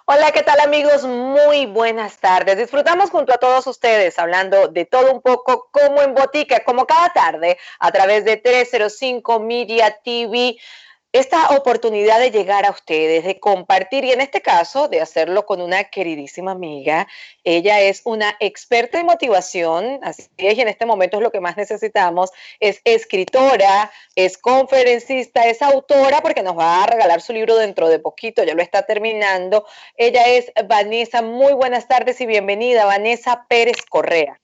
Hola, ¿qué tal amigos? Muy buenas tardes. Disfrutamos junto a todos ustedes hablando de todo un poco como en botica, como cada tarde a través de 305 Media TV. Esta oportunidad de llegar a ustedes, de compartir y en este caso de hacerlo con una queridísima amiga. Ella es una experta en motivación, así es, y en este momento es lo que más necesitamos. Es escritora, es conferencista, es autora porque nos va a regalar su libro dentro de poquito, ya lo está terminando. Ella es Vanessa. Muy buenas tardes y bienvenida, Vanessa Pérez Correa.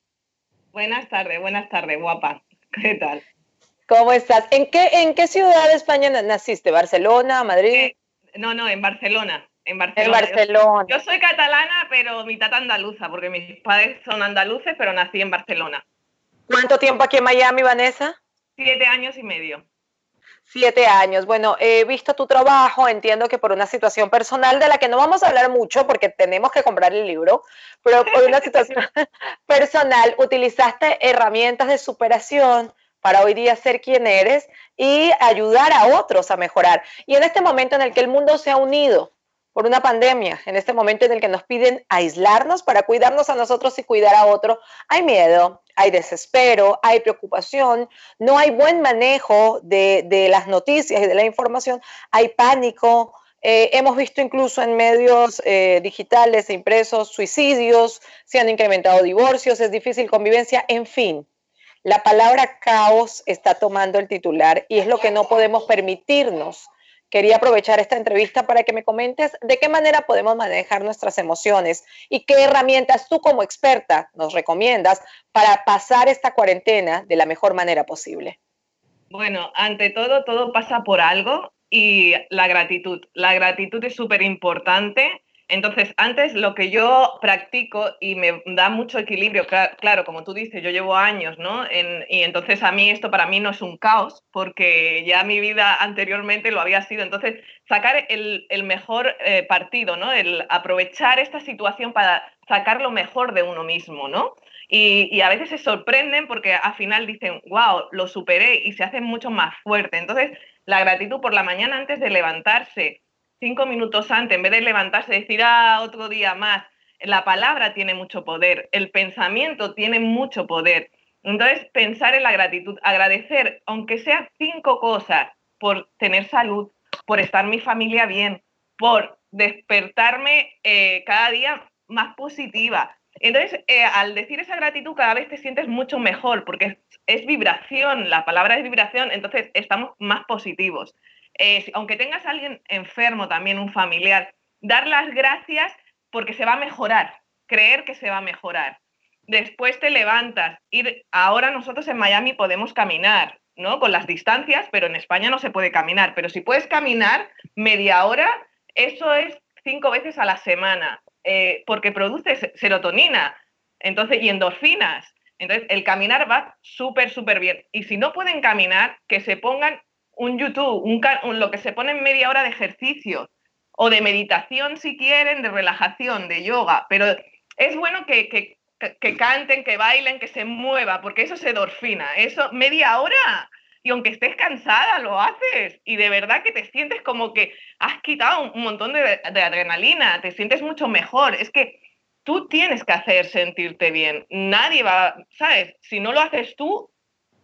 Buenas tardes, guapa. ¿Qué tal? ¿Cómo estás? ¿En qué ciudad de España naciste? ¿Barcelona, Madrid? Eh, no, en Barcelona, en En Barcelona. Barcelona. Yo soy catalana, pero mitad andaluza, porque mis padres son andaluces, pero nací en Barcelona. ¿Cuánto tiempo aquí en Miami, Vanessa? 7 años y medio. 7 años. Bueno, he visto tu trabajo, entiendo que por una situación personal de la que no vamos a hablar mucho porque tenemos que comprar el libro, pero por una situación personal utilizaste herramientas de superación para hoy día ser quien eres y ayudar a otros a mejorar. Y en este momento en el que el mundo se ha unido por una pandemia, en este momento en el que nos piden aislarnos para cuidarnos a nosotros y cuidar a otro, hay miedo, hay desespero, hay preocupación, no hay buen manejo de las noticias y de la información, hay pánico. Hemos visto incluso en medios digitales e impresos suicidios, se han incrementado divorcios, es difícil convivencia, en fin. La palabra caos está tomando el titular y es lo que no podemos permitirnos. Quería aprovechar esta entrevista para que me comentes de qué manera podemos manejar nuestras emociones y qué herramientas tú como experta nos recomiendas para pasar esta cuarentena de la mejor manera posible. Bueno, ante todo, todo pasa por algo y la gratitud. La gratitud es súper importante. Entonces, antes lo que yo practico y me da mucho equilibrio, claro, como tú dices, yo llevo años, ¿no? Y entonces a mí esto para mí no es un caos, porque ya mi vida anteriormente lo había sido. Entonces, sacar el mejor partido, ¿no? El aprovechar esta situación para sacar lo mejor de uno mismo, ¿no? Y a veces se sorprenden porque al final dicen, wow, lo superé y se hacen mucho más fuerte. Entonces, la gratitud por la mañana antes de levantarse, 5 minutos antes, en vez de levantarse y decir, otro día más, la palabra tiene mucho poder, el pensamiento tiene mucho poder. Entonces, pensar en la gratitud, agradecer, aunque sean 5 cosas, por tener salud, por estar mi familia bien, por despertarme cada día más positiva. Entonces, al decir esa gratitud, cada vez te sientes mucho mejor, porque es vibración, la palabra es vibración, entonces estamos más positivos. Aunque tengas a alguien enfermo también, un familiar, dar las gracias porque se va a mejorar, creer que se va a mejorar. Después te levantas, ahora nosotros en Miami podemos caminar, ¿no? Con las distancias, pero en España no se puede caminar. Pero si puedes caminar media hora, eso es 5 veces a la semana, porque produce serotonina, entonces, y endorfinas. Entonces, el caminar va súper, súper bien. Y si no pueden caminar, que se pongan un YouTube, lo que se pone en media hora de ejercicio o de meditación si quieren, de relajación, de yoga. Pero es bueno que canten, que bailen, que se mueva, porque eso es endorfina. Eso, media hora, y aunque estés cansada, lo haces. Y de verdad que te sientes como que has quitado un montón de adrenalina, te sientes mucho mejor. Es que tú tienes que hacer sentirte bien. Nadie va, ¿sabes? Si no lo haces tú,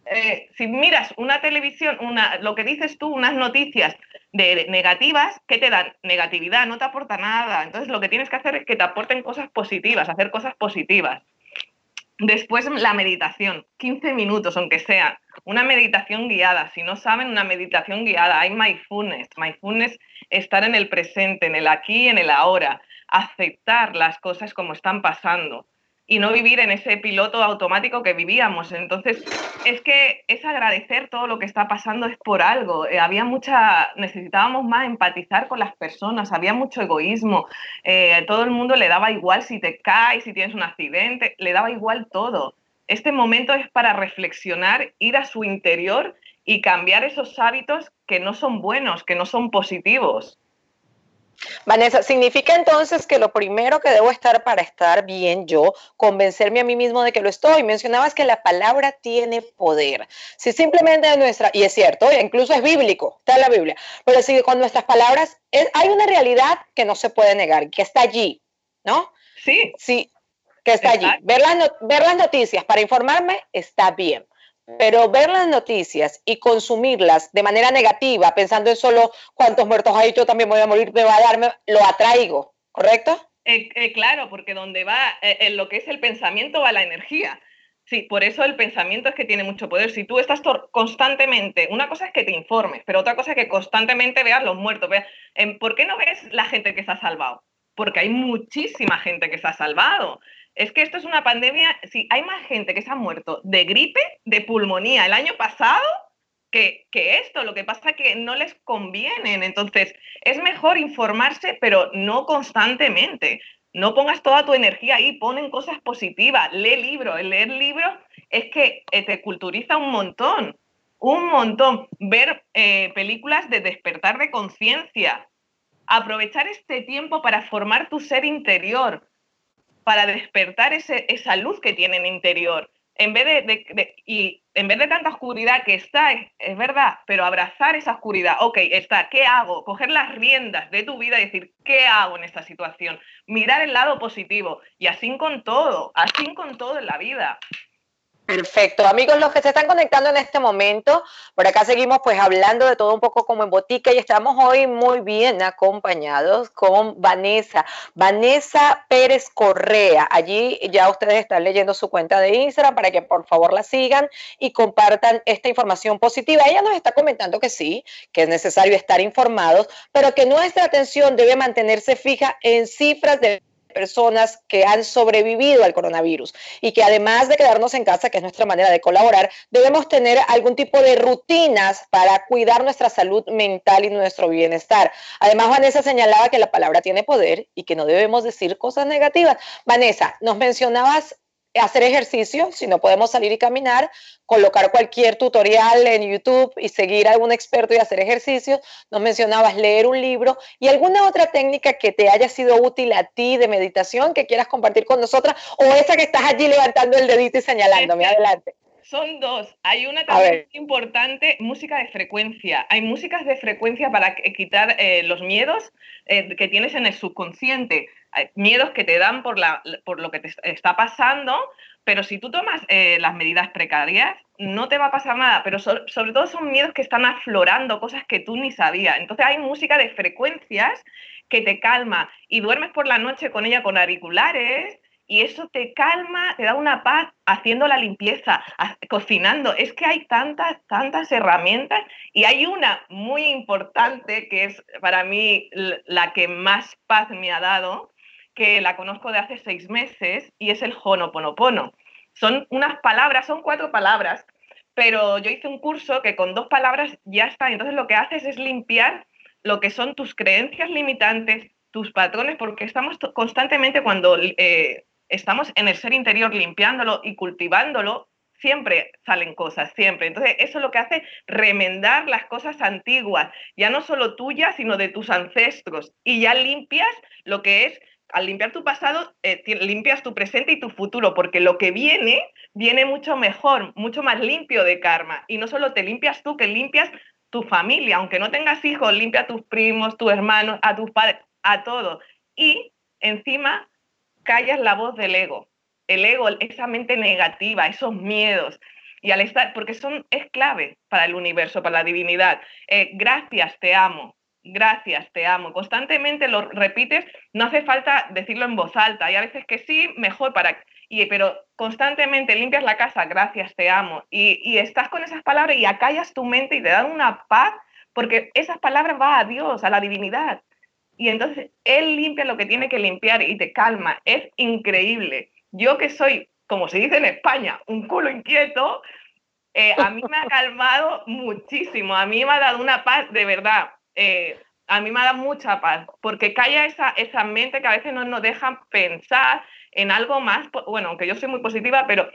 si miras una televisión, lo que dices tú, unas noticias negativas, ¿qué te dan? Negatividad, no te aporta nada. Entonces lo que tienes que hacer es que te aporten cosas positivas, hacer cosas positivas. Después la meditación, 15 minutos aunque sea, una meditación guiada. Si no saben, una meditación guiada. Hay mindfulness. Mindfulness, estar en el presente, en el aquí y en el ahora. Aceptar las cosas como están pasando y no vivir en ese piloto automático que vivíamos. Entonces, es que es agradecer todo lo que está pasando, es por algo. Necesitábamos más empatizar con las personas, había mucho egoísmo. Todo el mundo le daba igual si te caes, si tienes un accidente, le daba igual todo. Este momento es para reflexionar, ir a su interior y cambiar esos hábitos que no son buenos, que no son positivos. Vanessa, significa entonces que lo primero que debo estar para estar bien yo, convencerme a mí mismo de que lo estoy. Mencionabas que la palabra tiene poder. Si simplemente nuestra, y es cierto, incluso es bíblico, está en la Biblia, pero si con nuestras palabras hay una realidad que no se puede negar, que está allí, ¿no? Sí, Sí, que está allí. exacto. Ver las noticias para informarme está bien, pero ver las noticias y consumirlas de manera negativa, pensando en solo cuántos muertos hay, yo también voy a morir, me va a darme, lo atraigo, ¿correcto? Claro, porque donde va, en lo que es el pensamiento va la energía. Sí, por eso el pensamiento es que tiene mucho poder. Si tú estás constantemente, una cosa es que te informes, pero otra cosa es que constantemente veas los muertos. ¿Por qué no ves la gente que se ha salvado? Porque hay muchísima gente que se ha salvado. Es que esto es una pandemia, si hay más gente que se ha muerto de gripe, de pulmonía el año pasado que esto. Lo que pasa es que no les convienen. Entonces, es mejor informarse, pero no constantemente. No pongas toda tu energía ahí, ponen cosas positivas, lee libros. El leer libros es que te culturiza un montón, un montón. Ver películas de despertar de conciencia, aprovechar este tiempo para formar tu ser interior, para despertar esa luz que tienen interior. Y en vez de tanta oscuridad que está, es verdad, pero abrazar esa oscuridad, ok, está, ¿qué hago? Coger las riendas de tu vida y decir, ¿qué hago en esta situación? Mirar el lado positivo y así con todo en la vida. Perfecto. Amigos, los que se están conectando en este momento, por acá seguimos pues hablando de todo un poco como en botica y estamos hoy muy bien acompañados con Vanessa, Vanessa Pérez Correa. Allí ya ustedes están leyendo su cuenta de Instagram para que por favor la sigan y compartan esta información positiva. Ella nos está comentando que sí, que es necesario estar informados, pero que nuestra atención debe mantenerse fija en cifras de personas que han sobrevivido al coronavirus y que además de quedarnos en casa, que es nuestra manera de colaborar, debemos tener algún tipo de rutinas para cuidar nuestra salud mental y nuestro bienestar. Además, Vanessa señalaba que la palabra tiene poder y que no debemos decir cosas negativas. Vanessa, nos mencionabas hacer ejercicio, si no podemos salir y caminar, colocar cualquier tutorial en YouTube y seguir a algún experto y hacer ejercicio. Nos mencionabas leer un libro y alguna otra técnica que te haya sido útil a ti de meditación que quieras compartir con nosotras o esa que estás allí levantando el dedito y señalándome. Adelante. Son dos. Hay una A también ver. muy importante, música de frecuencia. Hay músicas de frecuencia para quitar los miedos que tienes en el subconsciente. Hay miedos que te dan por lo que te está pasando, pero si tú tomas las medidas precarias, no te va a pasar nada. Pero sobre todo son miedos que están aflorando, cosas que tú ni sabías. Entonces hay música de frecuencias que te calma y duermes por la noche con ella con auriculares y eso te calma, te da una paz haciendo la limpieza, cocinando. Es que hay tantas, tantas herramientas y hay una muy importante que es para mí la que más paz me ha dado, que la conozco de hace 6 meses y es el Ho'oponopono. Son unas palabras, son 4 palabras, pero yo hice un curso que con 2 palabras ya está. Entonces lo que haces es limpiar lo que son tus creencias limitantes, tus patrones, porque estamos constantemente cuando estamos en el ser interior limpiándolo y cultivándolo, siempre salen cosas, siempre. Entonces, eso es lo que hace remendar las cosas antiguas, ya no solo tuyas, sino de tus ancestros. Y ya limpias lo que es, al limpiar tu pasado, limpias tu presente y tu futuro, porque lo que viene, viene mucho mejor, mucho más limpio de karma. Y no solo te limpias tú, que limpias tu familia, aunque no tengas hijos, limpia a tus primos, tus hermanos, a tus padres, a todos. Y encima callas la voz del ego. El ego, esa mente negativa, esos miedos. Y al estar, porque es clave para el universo, para la divinidad. Gracias, te amo. Gracias, te amo. Constantemente lo repites, no hace falta decirlo en voz alta. Hay a veces que sí, mejor para. Pero constantemente limpias la casa, gracias, te amo. Y estás con esas palabras y acallas tu mente y te dan una paz, porque esas palabras van a Dios, a la divinidad. Y entonces él limpia lo que tiene que limpiar y te calma. Es increíble. Yo que soy, como se dice en España, un culo inquieto, a mí me ha calmado muchísimo. A mí me ha dado una paz, de verdad. A mí me ha dado mucha paz, porque calla esa mente que a veces no nos dejan pensar en algo más. Bueno, aunque yo soy muy positiva, pero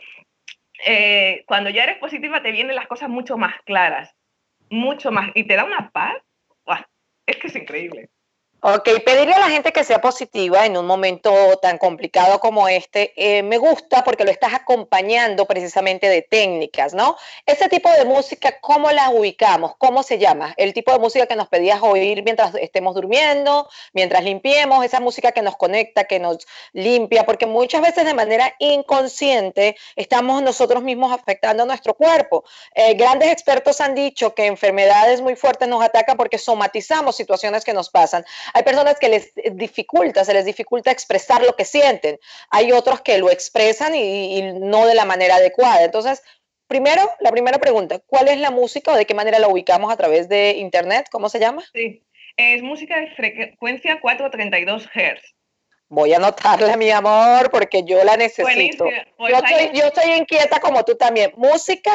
cuando ya eres positiva te vienen las cosas mucho más claras, mucho más. Y te da una paz. ¡Buah! Es que es increíble. Ok, pedirle a la gente que sea positiva en un momento tan complicado como este, me gusta porque lo estás acompañando precisamente de técnicas, ¿no? Ese tipo de música, ¿cómo la ubicamos? ¿Cómo se llama? El tipo de música que nos pedías oír mientras estemos durmiendo, mientras limpiemos, esa música que nos conecta, que nos limpia, porque muchas veces de manera inconsciente estamos nosotros mismos afectando a nuestro cuerpo. Grandes expertos han dicho que enfermedades muy fuertes nos atacan porque somatizamos situaciones que nos pasan. Hay personas que se les dificulta expresar lo que sienten. Hay otros que lo expresan y no de la manera adecuada. Entonces, primero, la primera pregunta, ¿cuál es la música o de qué manera la ubicamos a través de internet? ¿Cómo se llama? Sí, es música de frecuencia 432 Hz. Voy a anotarla, mi amor, porque yo la necesito. Buenísimo. Pues hay Yo estoy inquieta como tú también. Música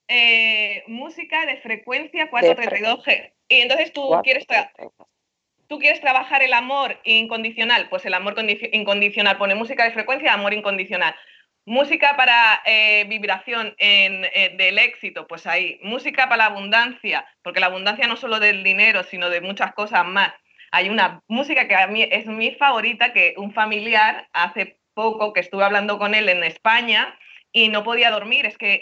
música de frecuencia de 432 Hz. Y entonces 432. tú quieres trabajar el amor incondicional, pues el amor incondicional. Pone música de frecuencia, amor incondicional. Música para vibración del éxito, pues ahí. Música para la abundancia, porque la abundancia no solo del dinero, sino de muchas cosas más. Hay una música que a mí es mi favorita, que un familiar hace poco que estuve hablando con él en España y no podía dormir, es que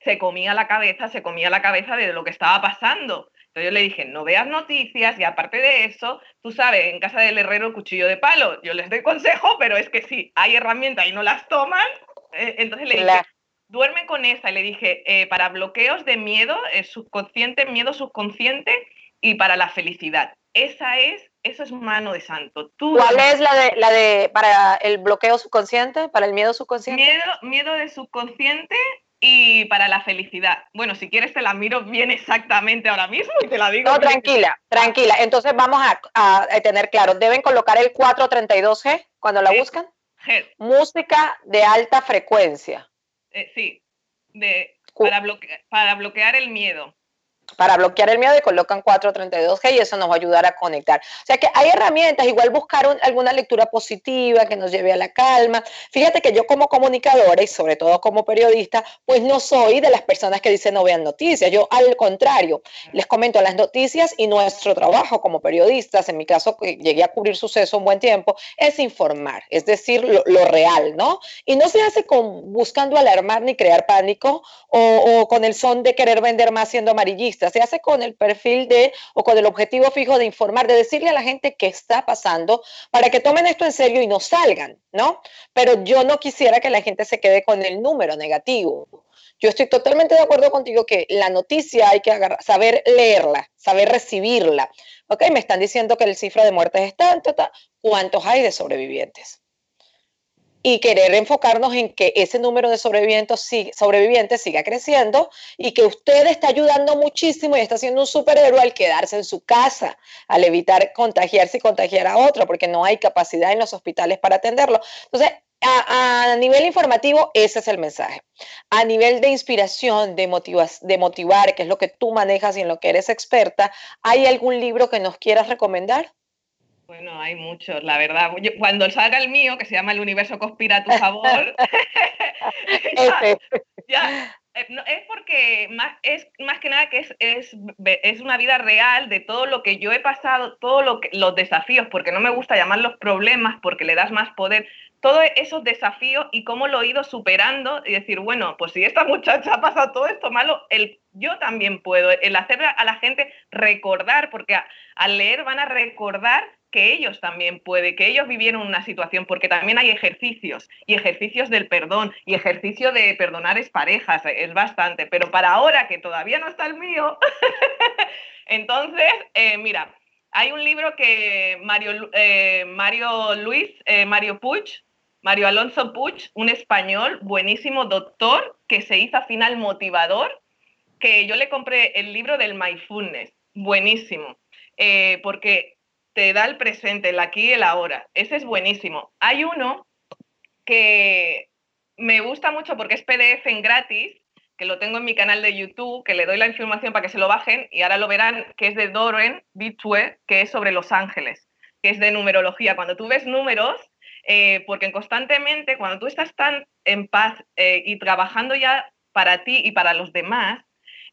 se comía la cabeza de lo que estaba pasando. Entonces yo le dije, no veas noticias y aparte de eso, tú sabes, en casa del herrero el cuchillo de palo. Yo les doy consejo, pero es que sí, hay herramientas y no las toman. Entonces le dije, La, duerme con esa. Y le dije, para bloqueos de miedo, subconsciente, miedo subconsciente y para la felicidad. Eso es mano de santo. Tú ¿Cuál duermes. es la de para el bloqueo subconsciente, para el miedo subconsciente? Miedo de subconsciente y para la felicidad. Bueno, si quieres te la miro bien exactamente ahora mismo y te la digo No, bien. tranquila, tranquila. Entonces vamos a tener claro, deben colocar el 432G cuando la buscan. Hertz, Música de alta frecuencia. sí, para bloquear el miedo. Para bloquear el miedo y colocan 432G y eso nos va a ayudar a conectar. O sea que hay herramientas, igual buscar alguna lectura positiva que nos lleve a la calma. Fíjate que yo como comunicadora y sobre todo como periodista, pues no soy de las personas que dicen no vean noticias. Yo al contrario, les comento las noticias y nuestro trabajo como periodistas, en mi caso que llegué a cubrir suceso un buen tiempo, es informar, es decir, lo real, ¿no? Y no se hace buscando alarmar ni crear pánico o con el son de querer vender más siendo amarillista, se hace con el perfil de o con el objetivo fijo de informar, de decirle a la gente qué está pasando para que tomen esto en serio y no salgan, ¿no? Pero yo no quisiera que la gente se quede con el número negativo. Yo estoy totalmente de acuerdo contigo que la noticia hay que saber leerla, saber recibirla. Ok, me están diciendo que el cifra de muertes es tanto, ¿cuántos hay de sobrevivientes? Y querer enfocarnos en que ese número de sobrevivientes siga creciendo y que usted está ayudando muchísimo y está siendo un superhéroe al quedarse en su casa, al evitar contagiarse y contagiar a otro, porque no hay capacidad en los hospitales para atenderlo. Entonces, a nivel informativo, ese es el mensaje. A nivel de inspiración, de motivar, que es lo que tú manejas y en lo que eres experta, ¿hay algún libro que nos quieras recomendar? Bueno, hay muchos, la verdad. Cuando salga el mío, que se llama El universo conspira a tu favor, ya, Ese. ya, no, es porque es más que nada que es una vida real de todo lo que yo he pasado, los desafíos, porque no me gusta llamarlos problemas, porque le das más poder, todos esos desafíos y cómo lo he ido superando y decir, bueno, pues si esta muchacha ha pasado todo esto malo, yo también puedo. El hacer a la gente recordar, porque al leer van a recordar que ellos también pueden, que ellos vivieron una situación, porque también hay ejercicios, y ejercicios del perdón, y ejercicio de perdonar exparejas, es bastante, pero para ahora que todavía no está el mío, entonces, mira, hay un libro que Mario Alonso Puig, un español, buenísimo doctor, que se hizo al final motivador, que yo le compré el libro del mindfulness, buenísimo, porque te da el presente, el aquí y el ahora. Ese es buenísimo. Hay uno que me gusta mucho porque es PDF en gratis, que lo tengo en mi canal de YouTube, que le doy la información para que se lo bajen y ahora lo verán, que es de Doren Bitwe, que es sobre los ángeles, que es de numerología. Cuando tú ves números, porque constantemente, cuando tú estás tan en paz y trabajando ya para ti y para los demás,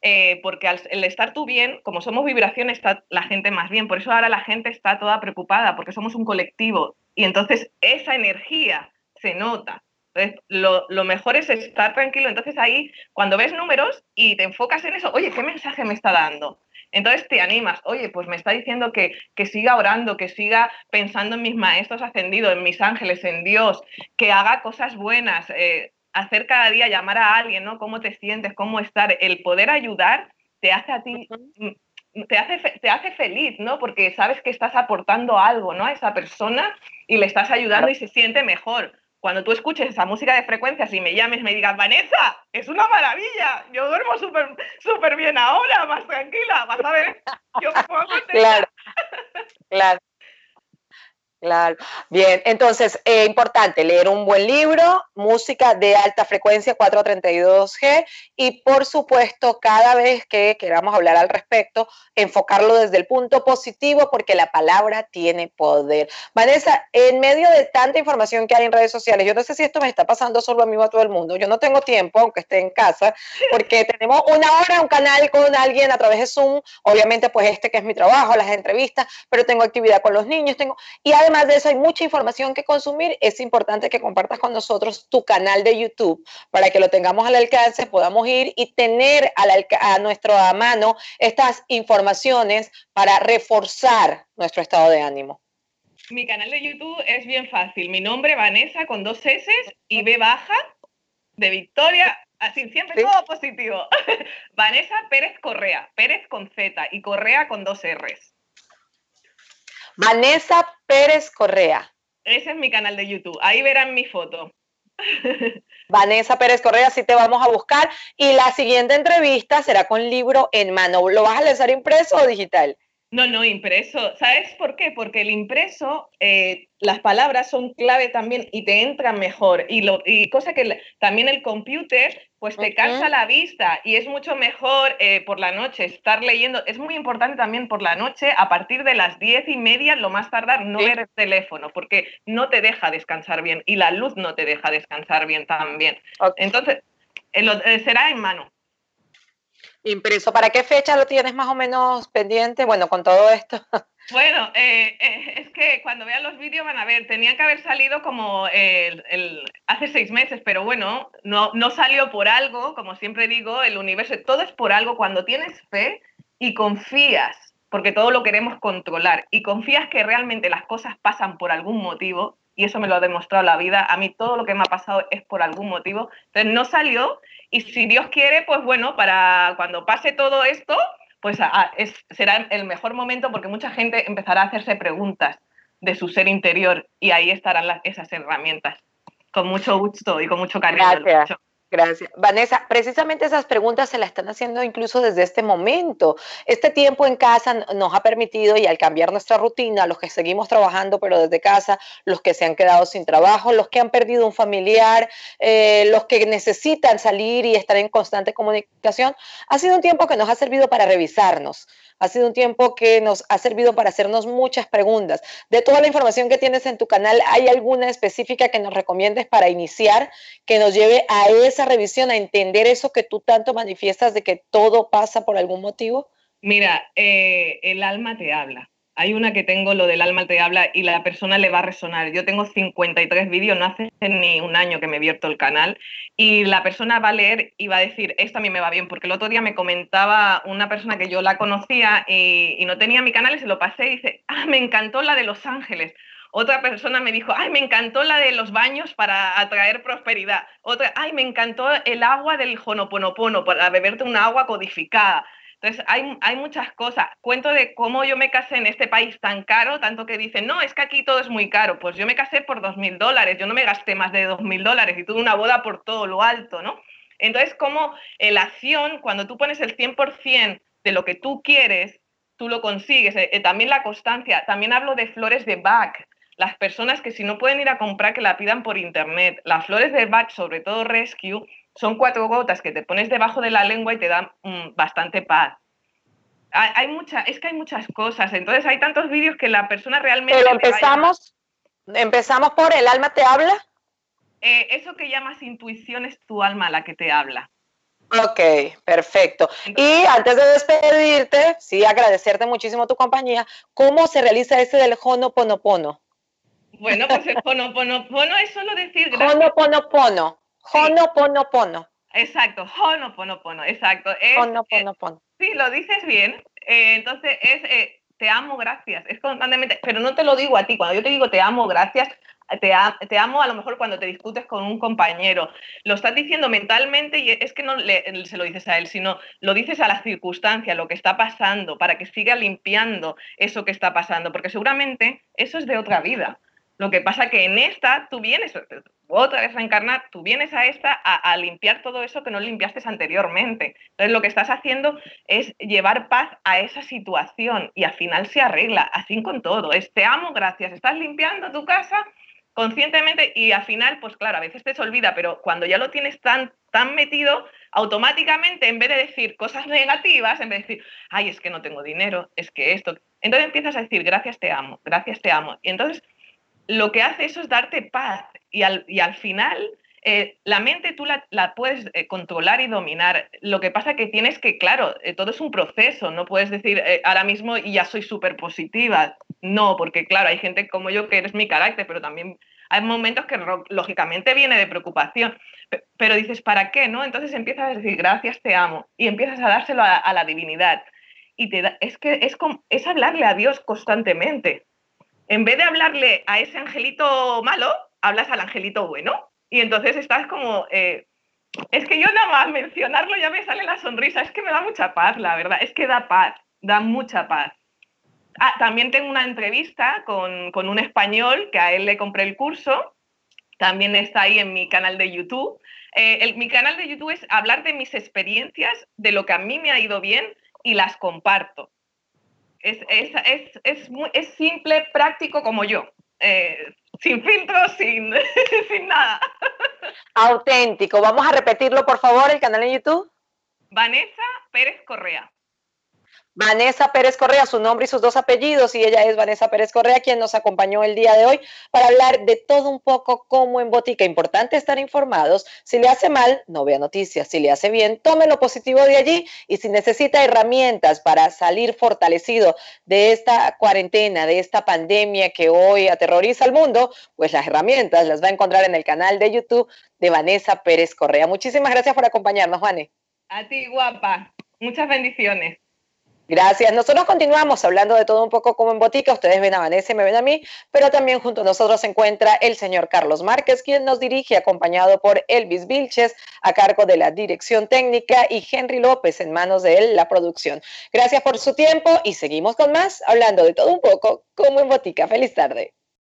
porque el estar tú bien, como somos vibración, está la gente más bien. Por eso ahora la gente está toda preocupada, porque somos un colectivo. Y entonces esa energía se nota. Entonces, lo mejor es estar tranquilo. Entonces ahí, cuando ves números y te enfocas en eso, oye, ¿qué mensaje me está dando? Entonces te animas, oye, pues me está diciendo que siga orando, que siga pensando en mis maestros ascendidos, en mis ángeles, en Dios, que haga cosas buenas, hacer cada día, llamar a alguien, ¿no? ¿Cómo te sientes? ¿Cómo estar? El poder ayudar te hace a ti, te hace feliz, ¿no? Porque sabes que estás aportando algo, ¿no? A esa persona y le estás ayudando y se siente mejor. Cuando tú escuches esa música de frecuencias y me llames, me digas, Vanessa, es una maravilla, yo duermo súper bien ahora, más tranquila, vas a ver, yo me pongo contenta. Claro, claro. Claro. Bien, entonces, importante, leer un buen libro, música de alta frecuencia 432G y, por supuesto, cada vez que queramos hablar al respecto, enfocarlo desde el punto positivo porque la palabra tiene poder. Vanessa, en medio de tanta información que hay en redes sociales, yo no sé si esto me está pasando solo a mí o a todo el mundo, yo no tengo tiempo, aunque esté en casa, porque tenemos una hora, un canal con alguien a través de Zoom, obviamente pues este que es mi trabajo, las entrevistas, pero tengo actividad con los niños, y además de eso hay mucha información que consumir. Es importante que compartas con nosotros tu canal de YouTube para que lo tengamos al alcance, podamos ir y tener a nuestra mano estas informaciones para reforzar nuestro estado de ánimo. Mi canal de YouTube es bien fácil. Mi nombre, Vanessa, con 2 S y B baja, de Victoria, así siempre todo positivo. Vanessa Pérez Correa, Pérez con Z y Correa con 2 Rs. Vanessa Pérez Correa. Ese es mi canal de YouTube. Ahí verán mi foto. Vanessa Pérez Correa, sí te vamos a buscar. Y la siguiente entrevista será con libro en mano. ¿Lo vas a lanzar impreso o digital? No, impreso. ¿Sabes por qué? Porque el impreso, las palabras son clave también y te entran mejor. Y cosa que también el computer, pues te cansa la vista y es mucho mejor por la noche estar leyendo. Es muy importante también por la noche, a partir de las 10:30, lo más tardar, no ver el teléfono, porque no te deja descansar bien y la luz no te deja descansar bien también. Entonces, será en mano. Impreso. ¿Para qué fecha lo tienes más o menos pendiente? Bueno, con todo esto. Bueno, es que cuando vean los vídeos van a ver, tenía que haber salido como hace 6 meses, pero bueno, no salió por algo, como siempre digo, el universo, todo es por algo. Cuando tienes fe y confías, porque todo lo queremos controlar, y confías que realmente las cosas pasan por algún motivo, y eso me lo ha demostrado la vida, a mí todo lo que me ha pasado es por algún motivo, entonces no salió, y si Dios quiere, pues bueno, para cuando pase todo esto, pues será el mejor momento, porque mucha gente empezará a hacerse preguntas de su ser interior y ahí estarán esas herramientas. Con mucho gusto y con mucho cariño. Gracias. Gracias. Vanessa, precisamente esas preguntas se las están haciendo incluso desde este momento. Este tiempo en casa nos ha permitido, y al cambiar nuestra rutina, los que seguimos trabajando pero desde casa, los que se han quedado sin trabajo, los que han perdido un familiar, los que necesitan salir y estar en constante comunicación, ha sido un tiempo que nos ha servido para revisarnos. Ha sido un tiempo que nos ha servido para hacernos muchas preguntas. De toda la información que tienes en tu canal, ¿hay alguna específica que nos recomiendes para iniciar, que nos lleve a esa revisión, a entender eso que tú tanto manifiestas de que todo pasa por algún motivo? Mira, el alma te habla. Hay una que tengo, lo del alma te habla, y la persona le va a resonar. Yo tengo 53 vídeos, no hace ni un año que me he abierto el canal, y la persona va a leer y va a decir, esto a mí me va bien, porque el otro día me comentaba una persona que yo la conocía y no tenía mi canal y se lo pasé y dice, me encantó la de Los Ángeles. Otra persona me dijo, me encantó la de los baños para atraer prosperidad. Otra, me encantó el agua del Honoponopono, para beberte un agua codificada. Entonces, hay muchas cosas. Cuento de cómo yo me casé en este país tan caro, tanto que dicen, no, es que aquí todo es muy caro. Pues yo me casé por $2.000, yo no me gasté más de $2.000 y tuve una boda por todo lo alto, ¿no? Entonces, como la acción, cuando tú pones el 100% de lo que tú quieres, tú lo consigues. También la constancia. También hablo de flores de Bach. Las personas que si no pueden ir a comprar, que la pidan por internet. Las flores de Bach, sobre todo Rescue, son 4 gotas que te pones debajo de la lengua y te dan bastante paz. Es que hay muchas cosas, entonces hay tantos vídeos que la persona realmente... Pero empezamos por el alma te habla. Eso que llamas intuición es tu alma la que te habla. Ok, perfecto. Entonces, Y antes de despedirte, sí, agradecerte muchísimo tu compañía. ¿Cómo se realiza ese del Honoponopono? bueno, pues el Honoponopono es solo decir gracias. Honoponopono. Sí, Honoponopono. exacto, Honoponopono, exacto. Honoponopono. Sí, lo dices bien. Entonces te amo, gracias. Es constantemente, pero no te lo digo a ti. Cuando yo te digo te amo, gracias, te amo a lo mejor cuando te discutes con un compañero. Lo estás diciendo mentalmente y es que no se lo dices a él, sino lo dices a la circunstancia, lo que está pasando, para que siga limpiando eso que está pasando, porque seguramente eso es de otra vida. Lo que pasa que en esta tú vienes, otra vez a encarnar, tú vienes a esta a limpiar todo eso que no limpiaste anteriormente. Entonces lo que estás haciendo es llevar paz a esa situación y al final se arregla, así con todo. Es te amo, gracias. Estás limpiando tu casa conscientemente y al final, pues claro, a veces te se olvida, pero cuando ya lo tienes tan metido, automáticamente en vez de decir cosas negativas, en vez de decir, ay, es que no tengo dinero, es que esto, entonces empiezas a decir, gracias, te amo, gracias, te amo. Y entonces lo que hace eso es darte paz y al final la mente tú la puedes controlar y dominar. Lo que pasa que tienes que, claro, todo es un proceso, no puedes decir ahora mismo y ya soy súper positiva. No, porque claro, hay gente como yo que eres mi carácter, pero también hay momentos que lógicamente viene de preocupación. Pero dices, ¿para qué? ¿No? Entonces empiezas a decir, gracias, te amo, y empiezas a dárselo a la divinidad. Y es que es hablarle a Dios constantemente. En vez de hablarle a ese angelito malo, hablas al angelito bueno. Y entonces estás como, es que yo nada más mencionarlo ya me sale la sonrisa, es que me da mucha paz, la verdad, es que da paz, da mucha paz. Ah, también tengo una entrevista con un español que a él le compré el curso, también está ahí en mi canal de YouTube. Mi canal de YouTube es hablar de mis experiencias, de lo que a mí me ha ido bien y las comparto. Es simple, práctico como yo. Sin filtros, sin nada. Auténtico. Vamos a repetirlo, por favor, el canal en YouTube. Vanessa Pérez Correa. Vanessa Pérez Correa, su nombre y sus dos apellidos, y ella es Vanessa Pérez Correa, quien nos acompañó el día de hoy para hablar de todo un poco como en botica. Importante estar informados. Si le hace mal, no vea noticias. Si le hace bien, tome lo positivo de allí. Y si necesita herramientas para salir fortalecido de esta cuarentena, de esta pandemia que hoy aterroriza al mundo, pues las herramientas las va a encontrar en el canal de YouTube de Vanessa Pérez Correa. Muchísimas gracias por acompañarnos, Juane. A ti, guapa. Muchas bendiciones. Gracias. Nosotros continuamos hablando de todo un poco como en botica. Ustedes ven a Vanessa y me ven a mí, pero también junto a nosotros se encuentra el señor Carlos Márquez, quien nos dirige, acompañado por Elvis Vilches, a cargo de la dirección técnica, y Henry López, en manos de él, la producción. Gracias por su tiempo y seguimos con más, hablando de todo un poco como en botica. Feliz tarde.